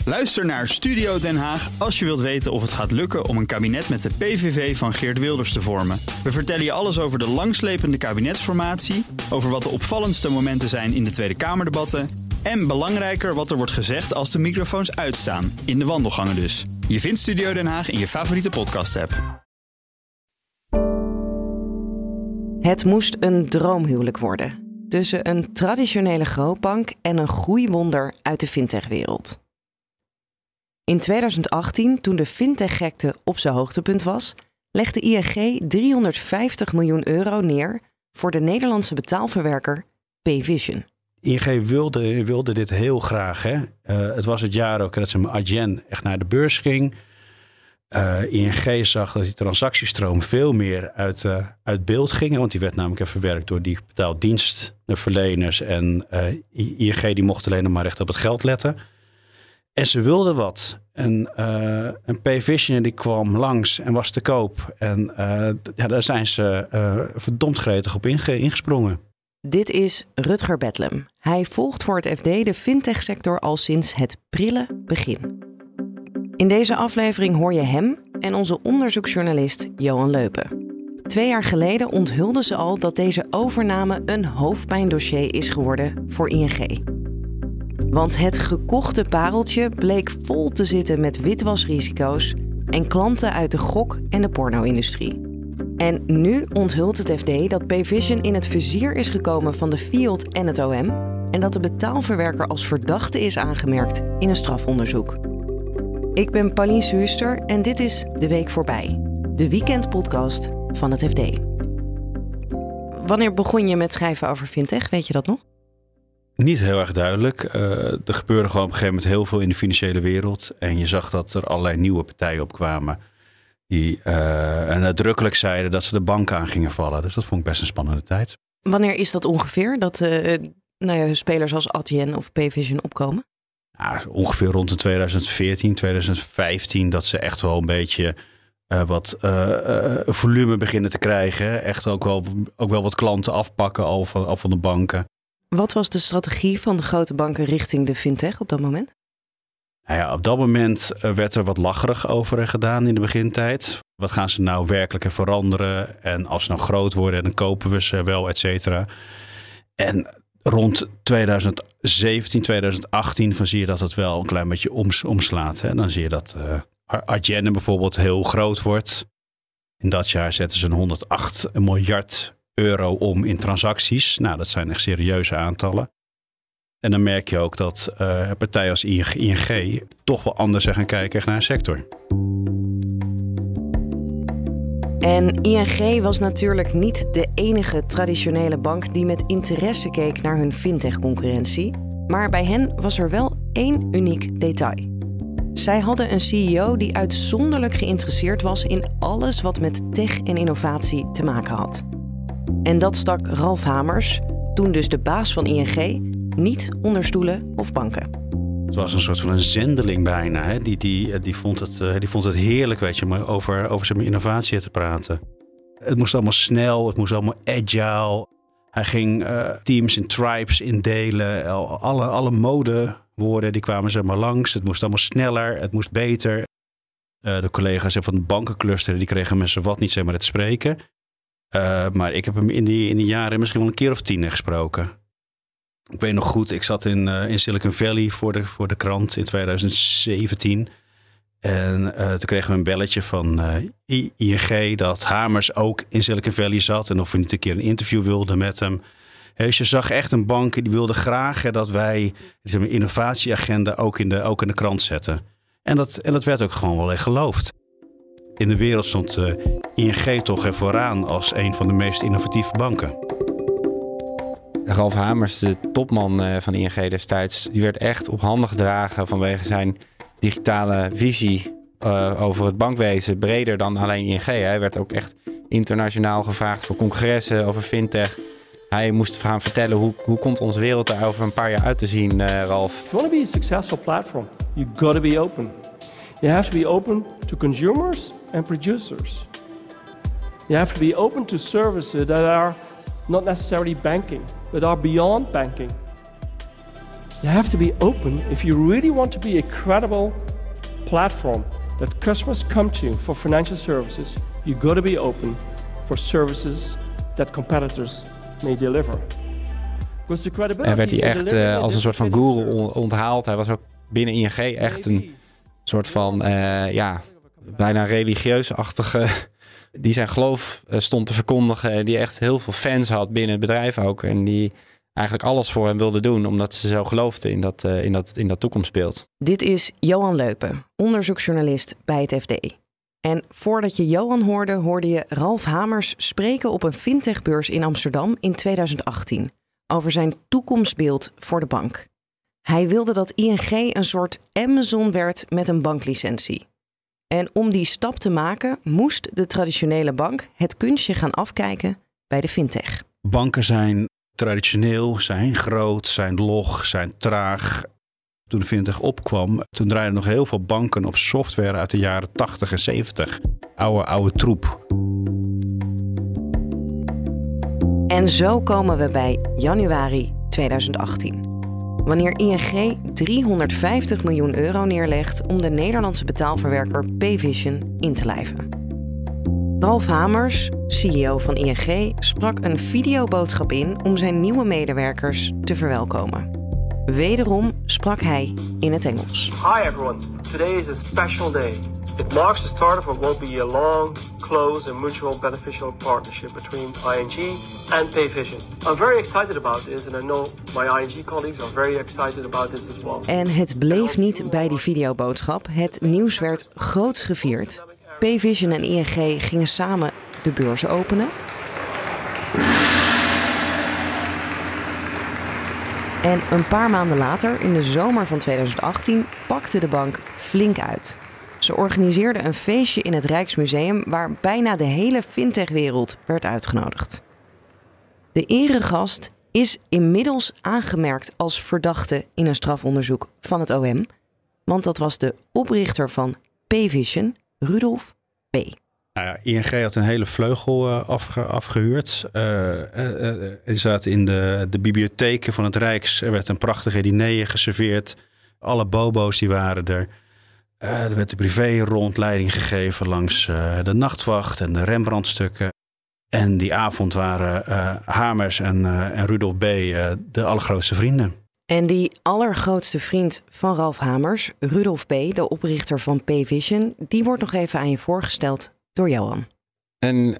Luister naar Studio Den Haag als je wilt weten of het gaat lukken om een kabinet met de PVV van Geert Wilders te vormen. We vertellen je alles over de langslepende kabinetsformatie, over wat de opvallendste momenten zijn in de Tweede Kamerdebatten en belangrijker wat er wordt gezegd als de microfoons uitstaan, in de wandelgangen dus. Je vindt Studio Den Haag in je favoriete podcast-app. Het moest een droomhuwelijk worden tussen een traditionele grootbank en een groeiwonder uit de fintechwereld. In 2018, toen de fintech-gekte op zijn hoogtepunt was, legde ING 350 miljoen euro neer voor de Nederlandse betaalverwerker Payvision. ING wilde dit heel graag. Hè? Het was het jaar ook dat ze met Adyen echt naar de beurs ging. ING zag dat die transactiestroom veel meer uit beeld ging. Want die werd namelijk even verwerkt door die betaaldienstverleners. En ING die mocht alleen nog maar recht op het geld letten. En ze wilden wat. En Payvision die kwam langs en was te koop. En daar zijn ze verdomd gretig op ingesprongen. Dit is Rutger Bedlem. Hij volgt voor het FD de fintechsector al sinds het prille begin. In deze aflevering hoor je hem en onze onderzoeksjournalist Johan Leupen. 2 jaar geleden onthulden ze al dat deze overname een hoofdpijndossier is geworden voor ING. Want het gekochte pareltje bleek vol te zitten met witwasrisico's en klanten uit de gok- en de porno-industrie. En nu onthult het FD dat Payvision in het vizier is gekomen van de FIOD en het OM en dat de betaalverwerker als verdachte is aangemerkt in een strafonderzoek. Ik ben Pauline Suuster en dit is De Week Voorbij, de weekendpodcast van het FD. Wanneer begon je met schrijven over fintech, weet je dat nog? Niet heel erg duidelijk. Er gebeurde gewoon op een gegeven moment heel veel in de financiële wereld. En je zag dat er allerlei nieuwe partijen opkwamen die nadrukkelijk zeiden dat ze de bank aan gingen vallen. Dus dat vond ik best een spannende tijd. Wanneer is dat ongeveer, dat spelers als Adyen of Payvision opkomen? Ja, ongeveer rond de 2014, 2015 dat ze echt wel een beetje wat volume beginnen te krijgen. Echt ook wel wat klanten afpakken al van de banken. Wat was de strategie van de grote banken richting de fintech op dat moment? Nou ja, op dat moment werd er wat lacherig over gedaan in de begintijd. Wat gaan ze nou werkelijk veranderen? En als ze nou groot worden, dan kopen we ze wel, et cetera. En rond 2017, 2018 van zie je dat het wel een klein beetje omslaat. Hè? Dan zie je dat Adyen bijvoorbeeld heel groot wordt. In dat jaar zetten ze 108 miljard euro om in transacties. Nou, dat zijn echt serieuze aantallen. En dan merk je ook dat partijen als ING toch wel anders gaan kijken naar een sector. En ING was natuurlijk niet de enige traditionele bank die met interesse keek naar hun fintech-concurrentie. Maar bij hen was er wel 1 uniek detail. Zij hadden een CEO die uitzonderlijk geïnteresseerd was in alles wat met tech en innovatie te maken had. En dat stak Ralf Hamers, toen dus de baas van ING, niet onder stoelen of banken. Het was een soort van een zendeling bijna. Hè? Die vond het heerlijk, weet je, om over zijn innovatie te praten. Het moest allemaal snel, het moest allemaal agile. Hij ging teams in tribes indelen. Alle modewoorden die kwamen zeg maar langs. Het moest allemaal sneller, het moest beter. De collega's van de bankencluster die kregen mensen wat niet zeg maar het spreken. Maar ik heb hem in die jaren misschien wel een keer of 10 gesproken. Ik weet nog goed, ik zat in Silicon Valley voor de krant in 2017. En toen kregen we een belletje van ING dat Hamers ook in Silicon Valley zat. En of we niet een keer een interview wilden met hem. Dus je zag echt een bank die wilde graag dat wij zeg maar, innovatieagenda ook in de krant zetten. En dat werd ook gewoon wel echt geloofd. In de wereld stond ING toch er vooraan als een van de meest innovatieve banken. Ralf Hamers, de topman van ING destijds, die werd echt op handen gedragen vanwege zijn digitale visie over het bankwezen, breder dan alleen ING. Hij werd ook echt internationaal gevraagd voor congressen over fintech. Hij moest gaan vertellen hoe komt onze wereld er over een paar jaar uit te zien, Ralf. If you want to be a successful platform, you got to be open. You have to be open to consumers and producers. You have to be open to services that are not necessarily banking, but are beyond banking. You have to be open if you really want to be a credible platform that customers come to for financial services. You got to be open for services that competitors may deliver. En werd hij echt als een soort van guru onthaald. Hij was ook binnen ING echt een soort van, bijna religieus-achtige, die zijn geloof stond te verkondigen. Die echt heel veel fans had binnen het bedrijf ook. En die eigenlijk alles voor hem wilde doen, omdat ze zo geloofden in dat toekomstbeeld. Dit is Johan Leupen, onderzoeksjournalist bij het FD. En voordat je Johan hoorde je Ralf Hamers spreken op een fintechbeurs in Amsterdam in 2018 over zijn toekomstbeeld voor de bank. Hij wilde dat ING een soort Amazon werd met een banklicentie. En om die stap te maken moest de traditionele bank het kunstje gaan afkijken bij de fintech. Banken zijn traditioneel, zijn groot, zijn log, zijn traag. Toen de fintech opkwam, toen draaiden nog heel veel banken op software uit de jaren 80 en 70. Oude troep. En zo komen we bij januari 2018. Wanneer ING 350 miljoen euro neerlegt om de Nederlandse betaalverwerker Payvision in te lijven. Ralf Hamers, CEO van ING, sprak een videoboodschap in om zijn nieuwe medewerkers te verwelkomen. Wederom sprak hij in het Engels. Hi everyone, today is a special day. It marks the start of what will be a long, close and mutual beneficial partnership between ING and Payvision. I'm very excited about this and I know my ING colleagues are very excited about this as well. En het bleef niet bij die videoboodschap. Het nieuws werd groots gevierd. Payvision en ING gingen samen de beurs openen. En een paar maanden later, in de zomer van 2018, pakte de bank flink uit. Ze organiseerde een feestje in het Rijksmuseum waar bijna de hele fintechwereld werd uitgenodigd. De eregast is inmiddels aangemerkt als verdachte in een strafonderzoek van het OM. Want dat was de oprichter van Payvision, Rudolf B. ING had een hele vleugel afgehuurd. Die zaten in de bibliotheken van het Rijks. Er werd een prachtige diner geserveerd. Alle bobo's die waren er. Er werd de privé-rondleiding gegeven langs de Nachtwacht en de Rembrandtstukken. En die avond waren Hamers en Rudolf B. de allergrootste vrienden. En die allergrootste vriend van Ralf Hamers, Rudolf B., de oprichter van Payvision, die wordt nog even aan je voorgesteld door Johan. Een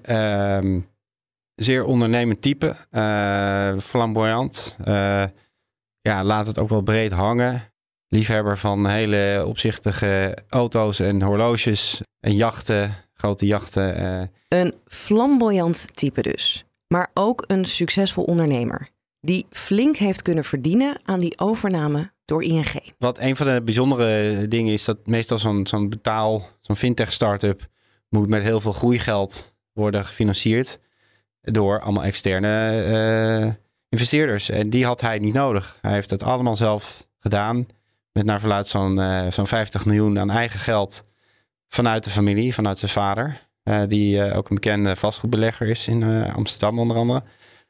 zeer ondernemend type, flamboyant. Laat het ook wel breed hangen. Liefhebber van hele opzichtige auto's en horloges en jachten, grote jachten. Een flamboyant type dus, maar ook een succesvol ondernemer. Die flink heeft kunnen verdienen aan die overname door ING. Wat een van de bijzondere dingen is, dat meestal zo'n fintech startup moet met heel veel groeigeld worden gefinancierd door allemaal externe investeerders. En die had hij niet nodig. Hij heeft het allemaal zelf gedaan. Met naar verluidt zo'n 50 miljoen aan eigen geld vanuit de familie, vanuit zijn vader. Die ook een bekende vastgoedbelegger is in Amsterdam onder andere.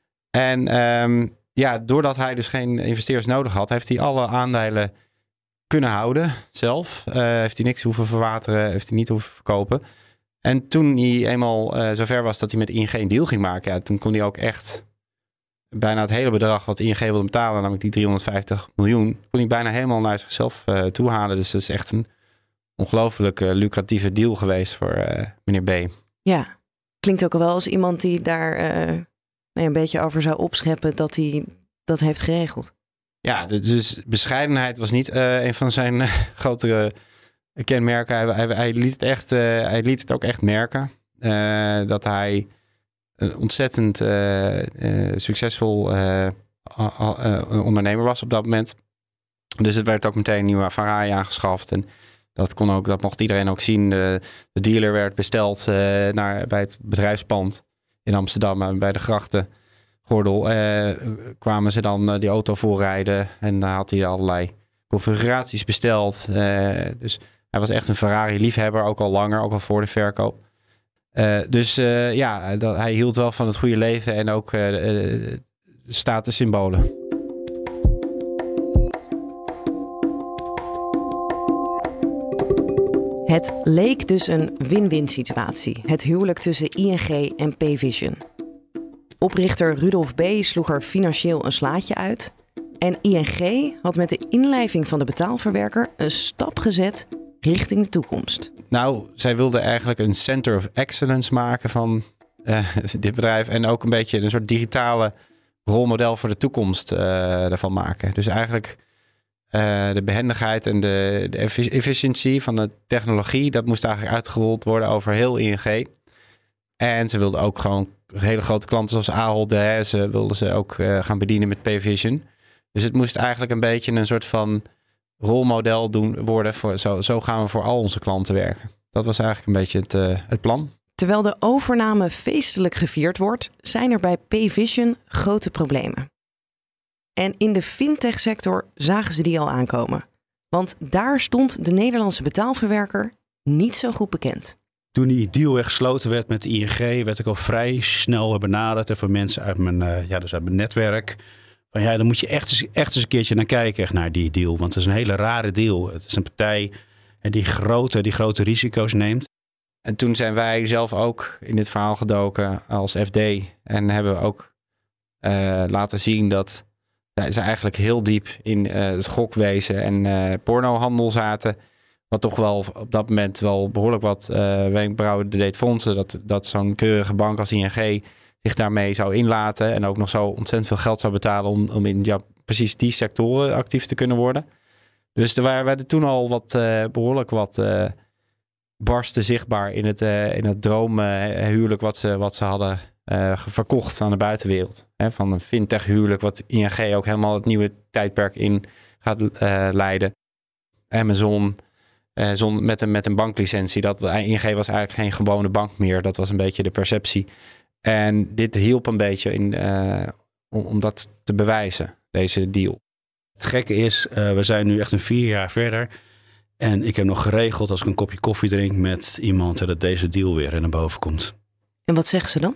En doordat hij dus geen investeerders nodig had, heeft hij alle aandelen kunnen houden zelf. Heeft hij niks hoeven verwateren, heeft hij niet hoeven verkopen. En toen hij eenmaal zover was dat hij met ING een deal ging maken, toen kon hij ook echt bijna het hele bedrag wat ING wilde betalen, namelijk die 350 miljoen, kon hij bijna helemaal naar zichzelf toe halen. Dus dat is echt een ongelooflijk lucratieve deal geweest voor meneer B. Ja, klinkt ook al wel als iemand die daar een beetje over zou opscheppen dat hij dat heeft geregeld. Ja, dus bescheidenheid was niet een van zijn grotere kenmerken. Hij liet het ook echt merken dat hij een ontzettend succesvol ondernemer was op dat moment. Dus het werd ook meteen een nieuwe Ferrari aangeschaft. En dat mocht iedereen ook zien. De dealer werd besteld bij het bedrijfspand in Amsterdam, bij de grachtengordel. Kwamen ze dan die auto voorrijden en dan had hij allerlei configuraties besteld. Dus hij was echt een Ferrari-liefhebber, ook al langer, ook al voor de verkoop. Hij hield wel van het goede leven en ook statussymbolen. Het leek dus een win-win situatie, het huwelijk tussen ING en Payvision. Oprichter Rudolf B. sloeg er financieel een slaatje uit. En ING had met de inlijving van de betaalverwerker een stap gezet richting de toekomst. Nou, zij wilden eigenlijk een center of excellence maken van dit bedrijf. En ook een beetje een soort digitale rolmodel voor de toekomst daarvan maken. Dus eigenlijk de behendigheid en de efficiëntie van de technologie, dat moest eigenlijk uitgerold worden over heel ING. En ze wilden ook gewoon hele grote klanten zoals Ahold, ze wilden ze ook gaan bedienen met Payvision. Dus het moest eigenlijk een beetje een soort van rolmodel worden. Zo gaan we voor al onze klanten werken. Dat was eigenlijk een beetje het plan. Terwijl de overname feestelijk gevierd wordt, zijn er bij Payvision grote problemen. En in de fintech-sector zagen ze die al aankomen. Want daar stond de Nederlandse betaalverwerker niet zo goed bekend. Toen die deal weer gesloten werd met de ING, werd ik al vrij snel benaderd. En voor mensen uit mijn netwerk. Van dan moet je echt eens een keertje naar kijken, echt naar die deal. Want het is een hele rare deal. Het is een partij die grote risico's neemt. En toen zijn wij zelf ook in dit verhaal gedoken als FD. En hebben we ook laten zien dat ze eigenlijk heel diep in het gokwezen en pornohandel zaten. Wat toch wel op dat moment wel behoorlijk wat wenkbrauwen deed fronsen. Dat zo'n keurige bank als ING zich daarmee zou inlaten. En ook nog zo ontzettend veel geld zou betalen om in precies die sectoren actief te kunnen worden. Dus er werden toen al behoorlijk wat barsten zichtbaar in het droomhuwelijk wat ze hadden verkocht aan de buitenwereld. Van een fintech huwelijk wat ING ook helemaal het nieuwe tijdperk in gaat leiden. Amazon met een banklicentie. ING was eigenlijk geen gewone bank meer. Dat was een beetje de perceptie. En dit hielp een beetje om dat te bewijzen, deze deal. Het gekke is, we zijn nu echt 4 jaar verder. En ik heb nog geregeld als ik een kopje koffie drink met iemand dat deze deal weer naar boven komt. En wat zeggen ze dan?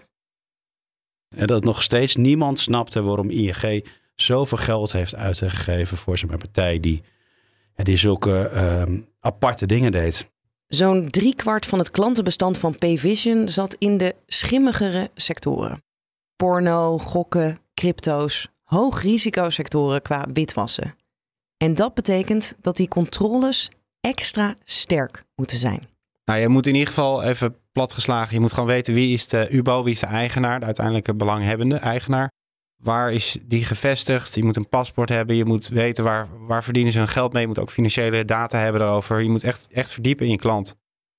En dat nog steeds niemand snapte waarom ING zoveel geld heeft uitgegeven voor zo'n partij die zulke aparte dingen deed. Zo'n 3/4 van het klantenbestand van Payvision zat in de schimmigere sectoren. Porno, gokken, crypto's, hoogrisicosectoren qua witwassen. En dat betekent dat die controles extra sterk moeten zijn. Nou, je moet in ieder geval even platgeslagen. Je moet gewoon weten wie is de UBO, wie is de eigenaar, de uiteindelijke belanghebbende eigenaar. Waar is die gevestigd? Je moet een paspoort hebben. Je moet weten waar verdienen ze hun geld mee. Je moet ook financiële data hebben daarover. Je moet echt verdiepen in je klant.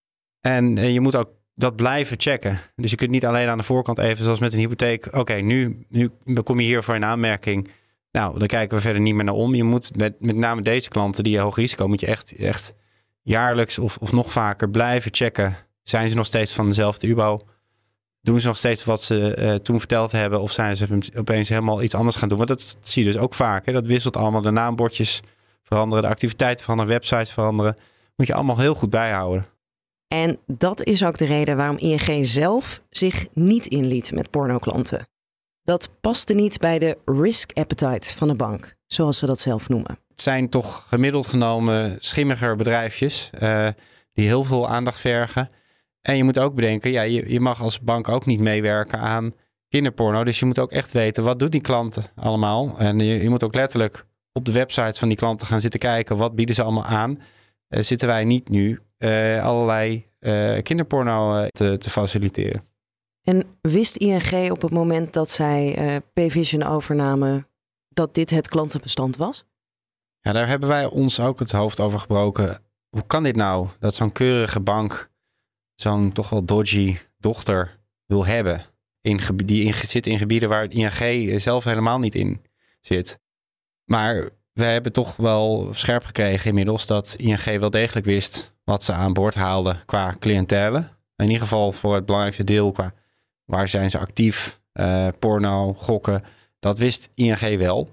En je moet ook dat blijven checken. Dus je kunt niet alleen aan de voorkant even, zoals met een hypotheek. Oké, nu kom je hier voor een aanmerking. Nou, dan kijken we verder niet meer naar om. Je moet met name deze klanten die hoog risico, moet je echt jaarlijks of nog vaker blijven checken. Zijn ze nog steeds van dezelfde UBO? Doen ze nog steeds wat ze toen verteld hebben? Of zijn ze opeens helemaal iets anders gaan doen? Want dat zie je dus ook vaak. Hè? Dat wisselt allemaal. De naambordjes veranderen. De activiteiten veranderen. Websites veranderen. Moet je allemaal heel goed bijhouden. En dat is ook de reden waarom ING zelf zich niet inliet met pornoklanten. Dat paste niet bij de risk appetite van de bank, zoals ze dat zelf noemen. Het zijn toch gemiddeld genomen schimmiger bedrijfjes die heel veel aandacht vergen. En je moet ook bedenken, je mag als bank ook niet meewerken aan kinderporno. Dus je moet ook echt weten, wat doen die klanten allemaal? En je moet ook letterlijk op de website van die klanten gaan zitten kijken. Wat bieden ze allemaal aan? Zitten wij niet nu allerlei kinderporno te faciliteren? En wist ING op het moment dat zij Payvision overnamen dat dit het klantenbestand was? Ja, daar hebben wij ons ook het hoofd over gebroken. Hoe kan dit nou dat zo'n keurige bank zo'n toch wel dodgy dochter wil hebben? Die zit in gebieden waar het ING zelf helemaal niet in zit. Maar we hebben toch wel scherp gekregen inmiddels dat ING wel degelijk wist wat ze aan boord haalden qua cliëntele. In ieder geval voor het belangrijkste deel qua waar zijn ze actief, porno, gokken. Dat wist ING wel.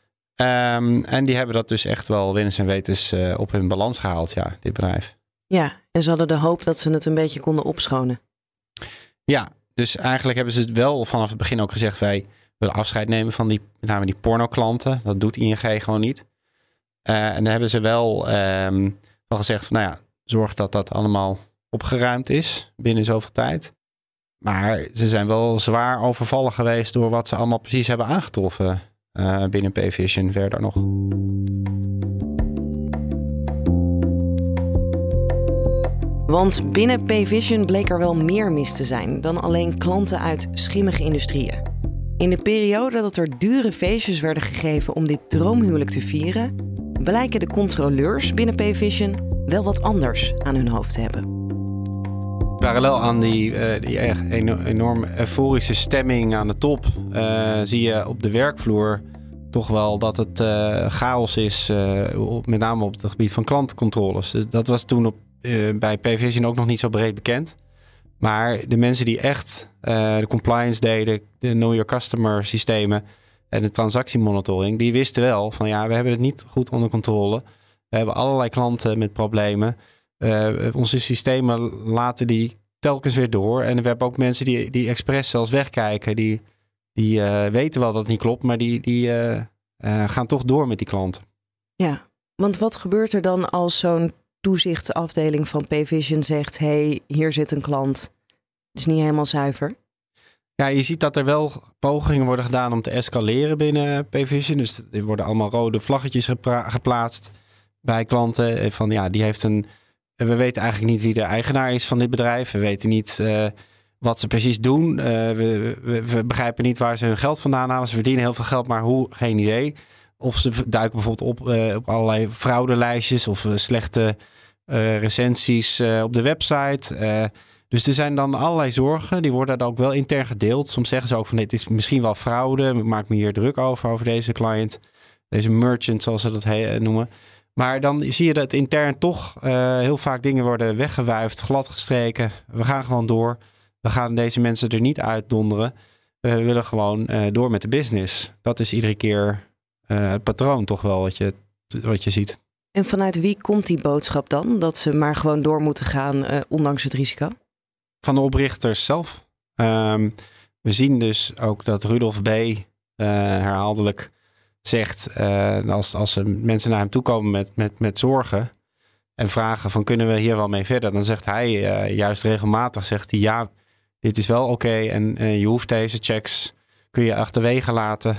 En die hebben dat dus echt wel willens en wetens op hun balans gehaald, dit bedrijf. Ja, en ze hadden de hoop dat ze het een beetje konden opschonen. Ja, dus eigenlijk hebben ze het wel vanaf het begin ook gezegd, wij willen afscheid nemen van met name die pornoklanten. Dat doet ING gewoon niet. En dan hebben ze wel gezegd, zorgt dat dat allemaal opgeruimd is binnen zoveel tijd. Maar ze zijn wel zwaar overvallen geweest door wat ze allemaal precies hebben aangetroffen binnen Payvision verder nog. Want binnen Payvision bleek er wel meer mis te zijn dan alleen klanten uit schimmige industrieën. In de periode dat er dure feestjes werden gegeven om dit droomhuwelijk te vieren, blijken de controleurs binnen Payvision wel wat anders aan hun hoofd te hebben. Parallel aan die enorm euforische stemming aan de top zie je op de werkvloer toch wel dat het chaos is, met name op het gebied van klantcontroles. Dus dat was toen bij Payvision ook nog niet zo breed bekend. Maar de mensen die echt de compliance deden, de Know Your Customer systemen en de transactiemonitoring, die wisten wel van we hebben het niet goed onder controle. We hebben allerlei klanten met problemen. Onze systemen laten die telkens weer door. En we hebben ook mensen die expres zelfs wegkijken. Die weten wel dat het niet klopt, maar die gaan toch door met die klanten. Ja, want wat gebeurt er dan als zo'n toezichtafdeling van Payvision zegt, hey, hier zit een klant, het is niet helemaal zuiver? Ja, je ziet dat er wel pogingen worden gedaan om te escaleren binnen Payvision. Dus er worden allemaal rode vlaggetjes geplaatst bij klanten. Van die heeft we weten eigenlijk niet wie de eigenaar is van dit bedrijf. We weten niet wat ze precies doen. We begrijpen niet waar ze hun geld vandaan halen. Ze verdienen heel veel geld, maar hoe? Geen idee. Of ze duiken bijvoorbeeld op allerlei fraudelijstjes of slechte recensies op de website. Dus er zijn dan allerlei zorgen. Die worden dan ook wel intern gedeeld. Soms zeggen ze ook van dit is misschien wel fraude. Ik maak me hier druk over deze client. Deze merchant, zoals ze dat noemen. Maar dan zie je dat intern toch heel vaak dingen worden weggewuifd, gladgestreken. We gaan gewoon door. We gaan deze mensen er niet uitdonderen. We willen gewoon door met de business. Dat is iedere keer het patroon toch wel wat je ziet. En vanuit wie komt die boodschap dan? Dat ze maar gewoon door moeten gaan, ondanks het risico? Van de oprichters zelf. We zien dus ook dat Rudolf B. herhaaldelijk zegt, als mensen naar hem toe komen met zorgen en vragen van kunnen we hier wel mee verder, dan zegt hij juist regelmatig, zegt hij ja, dit is wel oké en je hoeft deze checks, kun je achterwege laten.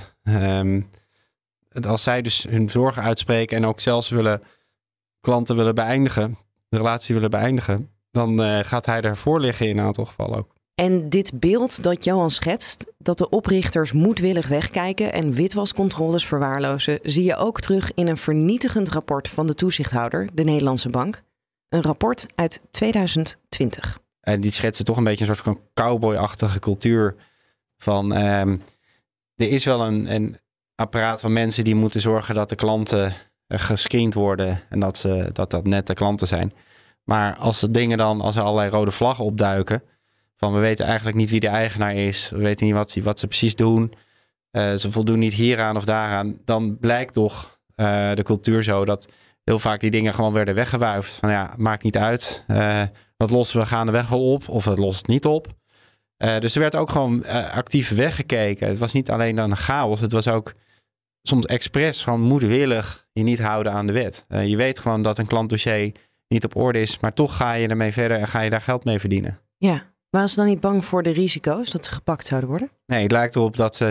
Als zij dus hun zorgen uitspreken en ook zelfs klanten willen beëindigen, de relatie willen beëindigen, dan gaat hij ervoor liggen in een aantal gevallen ook. En dit beeld dat Johan schetst, dat de oprichters moedwillig wegkijken en witwascontroles verwaarlozen, zie je ook terug in een vernietigend rapport van de toezichthouder, de Nederlandse Bank. Een rapport uit 2020. En die schetsen toch een beetje een soort van cowboy-achtige cultuur van er is wel een apparaat van mensen die moeten zorgen dat de klanten gescreend worden en dat nette klanten zijn. Maar als er allerlei rode vlaggen opduiken, van we weten eigenlijk niet wie de eigenaar is, we weten niet wat ze precies doen, ze voldoen niet hieraan of daaraan, dan blijkt toch de cultuur zo dat heel vaak die dingen gewoon werden weggewuifd. Van maakt niet uit, dat lossen we gaandeweg wel op of het lost niet op. Dus er werd ook gewoon actief weggekeken. Het was niet alleen dan een chaos, het was ook soms expres gewoon moedwillig je niet houden aan de wet. Je weet gewoon dat een klantdossier niet op orde is, maar toch ga je ermee verder en ga je daar geld mee verdienen. Ja, waren ze dan niet bang voor de risico's dat ze gepakt zouden worden? Nee, het lijkt erop dat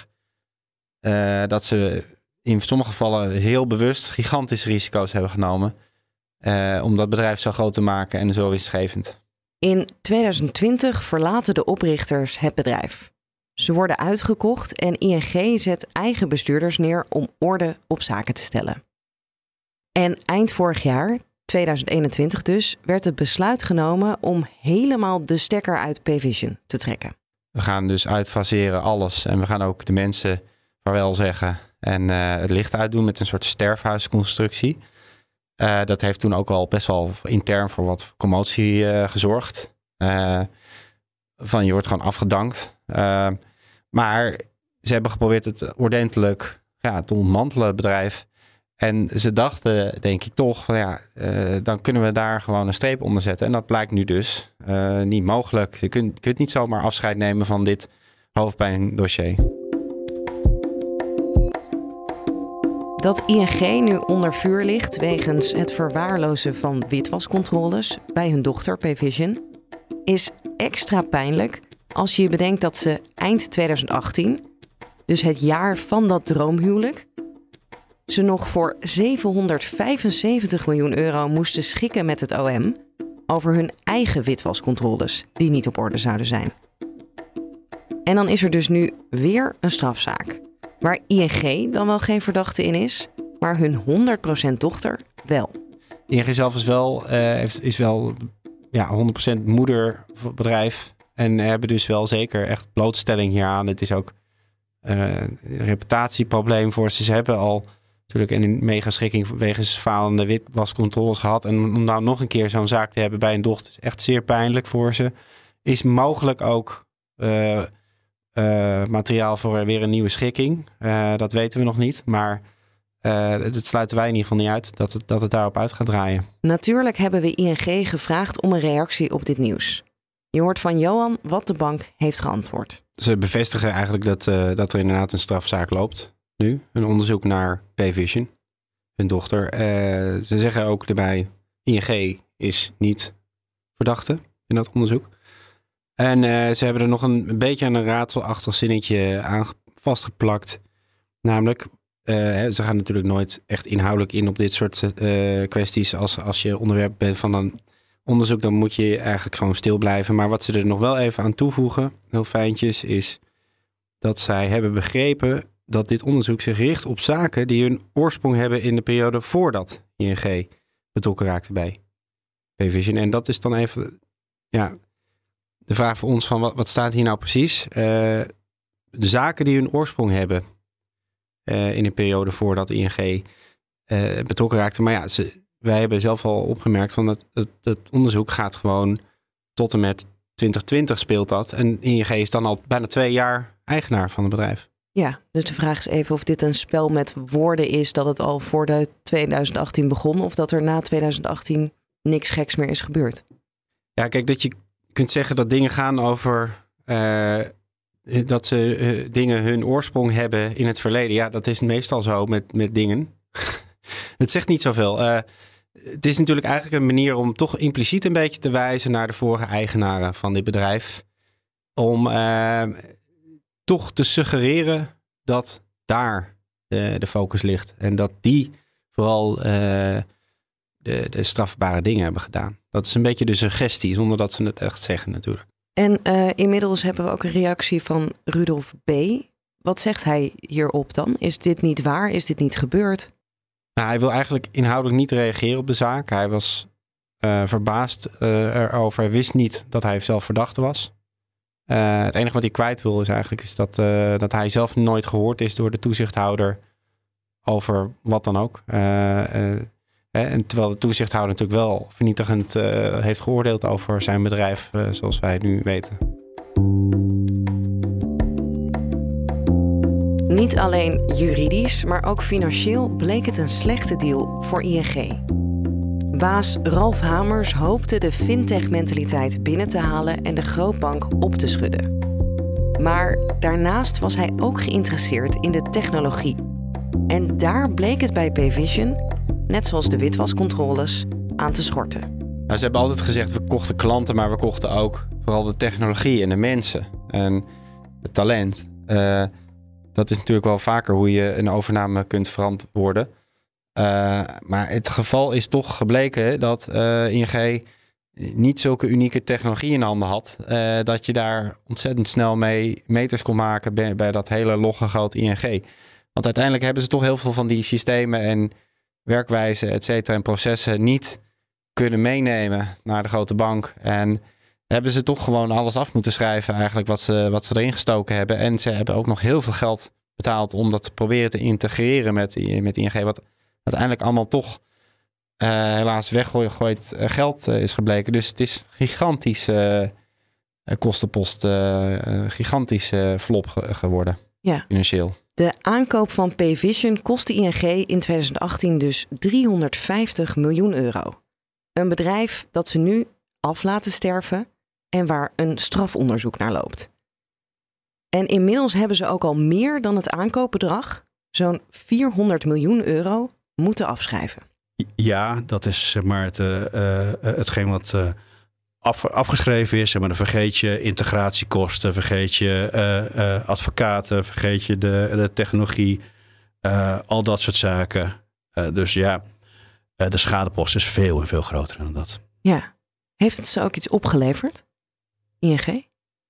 ze in sommige gevallen heel bewust gigantische risico's hebben genomen om dat bedrijf zo groot te maken en zo winstgevend. In 2020 verlaten de oprichters het bedrijf. Ze worden uitgekocht en ING zet eigen bestuurders neer om orde op zaken te stellen. En eind vorig jaar, 2021 dus, werd het besluit genomen om helemaal de stekker uit Payvision te trekken. We gaan dus uitfaseren alles en we gaan ook de mensen vaarwel zeggen en het licht uitdoen met een soort sterfhuisconstructie. Dat heeft toen ook al best wel intern voor wat commotie gezorgd. Je wordt gewoon afgedankt. Maar ze hebben geprobeerd het ordentelijk te ontmantelen, het bedrijf. En ze dachten, denk ik toch, van dan kunnen we daar gewoon een streep onder zetten. En dat blijkt nu dus niet mogelijk. Je kunt niet zomaar afscheid nemen van dit hoofdpijndossier. Dat ING nu onder vuur ligt wegens het verwaarlozen van witwascontroles bij hun dochter Payvision is extra pijnlijk als je bedenkt dat ze eind 2018, dus het jaar van dat droomhuwelijk, ze nog voor €775 miljoen moesten schikken met het OM over hun eigen witwascontroles die niet op orde zouden zijn. En dan is er dus nu weer een strafzaak, waar ING dan wel geen verdachte in is, maar hun 100% dochter wel. ING zelf is wel 100% moederbedrijf en hebben dus wel zeker echt blootstelling hieraan. Het is ook een reputatieprobleem voor ze. Ze hebben al natuurlijk een megaschikking wegens falende witwascontroles gehad. En om nou nog een keer zo'n zaak te hebben bij een dochter is echt zeer pijnlijk voor ze. Is mogelijk ook materiaal voor weer een nieuwe schikking. Dat weten we nog niet. Maar dat sluiten wij in ieder geval niet uit dat het daarop uit gaat draaien. Natuurlijk hebben we ING gevraagd om een reactie op dit nieuws. Je hoort van Johan wat de bank heeft geantwoord. Ze bevestigen eigenlijk dat er inderdaad een strafzaak loopt nu. Een onderzoek naar Payvision, hun dochter. Ze zeggen ook erbij, ING is niet verdachte in dat onderzoek. En ze hebben er nog een beetje een raadselachtig zinnetje aan vastgeplakt. Namelijk, ze gaan natuurlijk nooit echt inhoudelijk in op dit soort kwesties. Als je onderwerp bent van een onderzoek, dan moet je eigenlijk gewoon stil blijven. Maar wat ze er nog wel even aan toevoegen, heel fijntjes, is dat zij hebben begrepen dat dit onderzoek zich richt op zaken die hun oorsprong hebben in de periode voordat ING betrokken raakte bij Payvision. En dat is dan even de vraag voor ons van wat staat hier nou precies? De zaken die hun oorsprong hebben in een periode voordat ING betrokken raakte. Maar ja, wij hebben zelf al opgemerkt van het onderzoek gaat gewoon tot en met 2020 speelt dat. En ING is dan al bijna 2 jaar eigenaar van het bedrijf. Ja, dus de vraag is even of dit een spel met woorden is, dat het al voor de 2018 begon, of dat er na 2018 niks geks meer is gebeurd. Ja, kijk, dat je kunt zeggen dat dingen gaan over dat ze dingen hun oorsprong hebben in het verleden. Ja, dat is meestal zo met dingen. Het zegt niet zoveel. Het is natuurlijk eigenlijk een manier om toch impliciet een beetje te wijzen naar de vorige eigenaren van dit bedrijf. Om toch te suggereren dat daar de focus ligt. En dat die vooral de strafbare dingen hebben gedaan. Dat is een beetje de suggestie, zonder dat ze het echt zeggen natuurlijk. En inmiddels hebben we ook een reactie van Rudolf B. Wat zegt hij hierop dan? Is dit niet waar? Is dit niet gebeurd? Nou, hij wil eigenlijk inhoudelijk niet reageren op de zaak. Hij was verbaasd erover. Hij wist niet dat hij zelf verdachte was. Het enige wat hij kwijt wil is eigenlijk dat hij zelf nooit gehoord is door de toezichthouder over wat dan ook. En terwijl de toezichthouder natuurlijk wel vernietigend heeft geoordeeld over zijn bedrijf, zoals wij nu weten. Niet alleen juridisch, maar ook financieel bleek het een slechte deal voor ING. Baas Ralf Hamers hoopte de fintech-mentaliteit binnen te halen en de grootbank op te schudden. Maar daarnaast was hij ook geïnteresseerd in de technologie. En daar bleek het bij Payvision, net zoals de witwascontroles, aan te schorten. Nou, ze hebben altijd gezegd, we kochten klanten, maar we kochten ook vooral de technologie en de mensen en het talent. Dat is natuurlijk wel vaker hoe je een overname kunt verantwoorden. Maar het geval is toch gebleken dat ING niet zulke unieke technologie in handen had. Dat je daar ontzettend snel mee meters kon maken bij dat hele logge grote ING. Want uiteindelijk hebben ze toch heel veel van die systemen en werkwijzen, et cetera, en processen niet kunnen meenemen naar de grote bank. En hebben ze toch gewoon alles af moeten schrijven eigenlijk wat ze erin gestoken hebben. En ze hebben ook nog heel veel geld betaald om dat te proberen te integreren met ING. Wat uiteindelijk allemaal toch helaas weggegooid geld is gebleken. Dus het is gigantische kostenpost, gigantische flop geworden, financieel. De aankoop van Payvision kostte ING in 2018 dus €350 miljoen. Een bedrijf dat ze nu af laten sterven en waar een strafonderzoek naar loopt. En inmiddels hebben ze ook al meer dan het aankoopbedrag, zo'n €400 miljoen moeten afschrijven. Ja, dat is zeg maar hetgeen wat afgeschreven is. Zeg maar, dan vergeet je integratiekosten, vergeet je advocaten, vergeet je de technologie, al dat soort zaken. Dus ja, de schadepost is veel en veel groter dan dat. Ja. Heeft het ze ook iets opgeleverd? ING?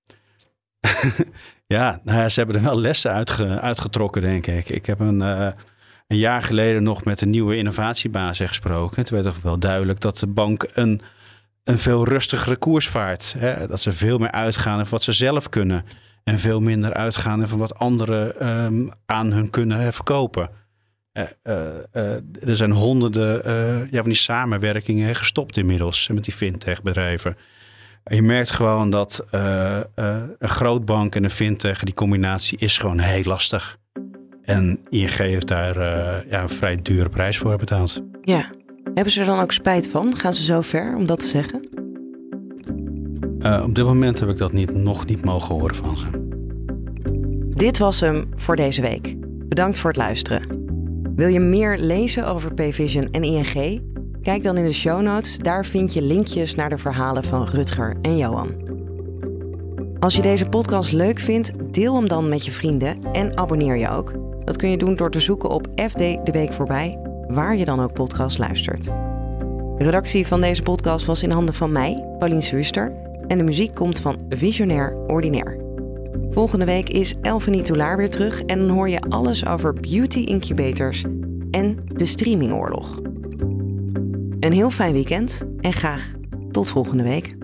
Ja, ze hebben er wel lessen uitgetrokken, denk ik. Ik heb een jaar geleden nog met een nieuwe innovatiebaas gesproken. Het werd toch wel duidelijk dat de bank een veel rustigere koers vaart. Hè? Dat ze veel meer uitgaan van wat ze zelf kunnen. En veel minder uitgaan van wat anderen aan hun kunnen verkopen. Er zijn honderden van die samenwerkingen gestopt inmiddels met die fintech bedrijven. En je merkt gewoon dat een grootbank en een fintech, die combinatie is gewoon heel lastig. En ING heeft daar een vrij dure prijs voor betaald. Ja. Hebben ze er dan ook spijt van? Gaan ze zo ver om dat te zeggen? Op dit moment heb ik dat nog niet mogen horen van ze. Dit was hem voor deze week. Bedankt voor het luisteren. Wil je meer lezen over Payvision en ING? Kijk dan in de show notes. Daar vind je linkjes naar de verhalen van Rutger en Johan. Als je deze podcast leuk vindt, deel hem dan met je vrienden en abonneer je ook. Dat kun je doen door te zoeken op FD De Week Voorbij, waar je dan ook podcast luistert. De redactie van deze podcast was in handen van mij, Paulien Swuster, en de muziek komt van Visionair Ordinaire. Volgende week is Elfanie Toulaar weer terug en dan hoor je alles over beauty incubators en de streamingoorlog. Een heel fijn weekend en graag tot volgende week.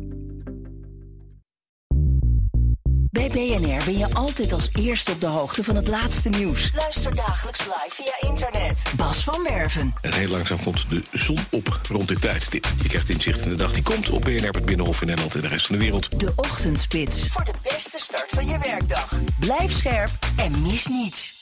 Bij BNR ben je altijd als eerste op de hoogte van het laatste nieuws. Luister dagelijks live via internet. Bas van Werven. En heel langzaam komt de zon op rond dit tijdstip. Je krijgt inzicht in de dag die komt op BNR, het Binnenhof in Nederland en de rest van de wereld. De Ochtendspits. Voor de beste start van je werkdag. Blijf scherp en mis niets.